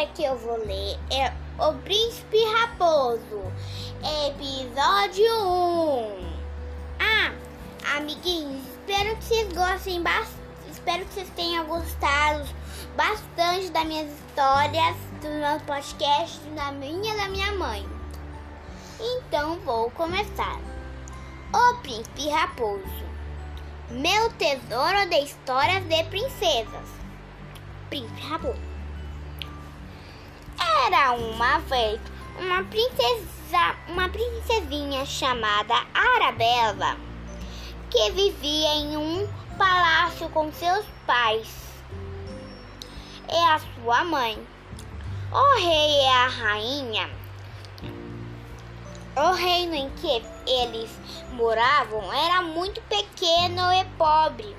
história que eu vou ler é O Príncipe Raposo, episódio 1. Amiguinhos, espero que vocês gostem espero que vocês tenham gostado bastante das minhas histórias, do meu podcast, da minha e da minha mãe. Então vou começar. O Príncipe Raposo. Meu tesouro de histórias de princesas. Príncipe Raposo. Era uma vez uma princesinha chamada Arabella, que vivia em um palácio com seus pais e a sua mãe. O rei e a rainha. O reino em que eles moravam era muito pequeno e pobre.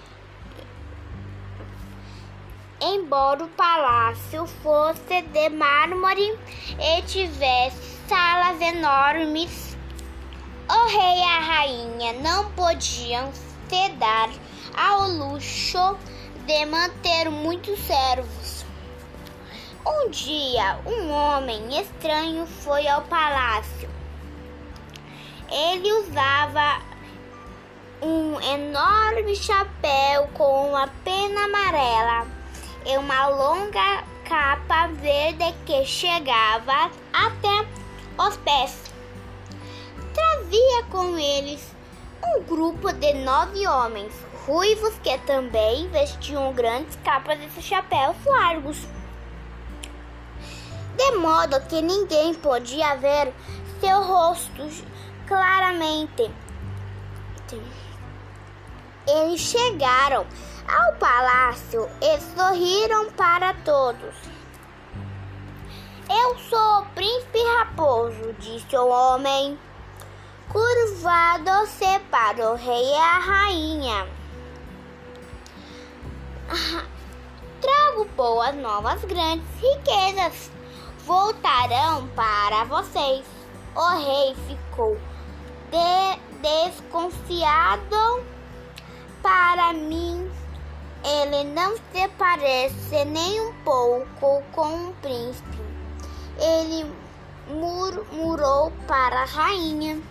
Embora o palácio fosse de mármore e tivesse salas enormes, o rei e a rainha não podiam se dar ao luxo de manter muitos servos. Um dia, um homem estranho foi ao palácio. Ele usava um enorme chapéu com uma pena amarela e uma longa capa verde que chegava até os pés. Trazia com eles um grupo de 9 homens ruivos que também vestiam grandes capas e chapéus largos, de modo que ninguém podia ver seu rosto claramente. Eles chegaram ao palácio e sorriram para todos. Eu sou o Príncipe Raposo, disse o homem, curvado-se para o rei e a rainha. Trago boas novas, grandes riquezas voltarão para vocês. O rei ficou desconfiado. Para mim, ele não se parece nem um pouco com um príncipe. Ele murmurou para a rainha.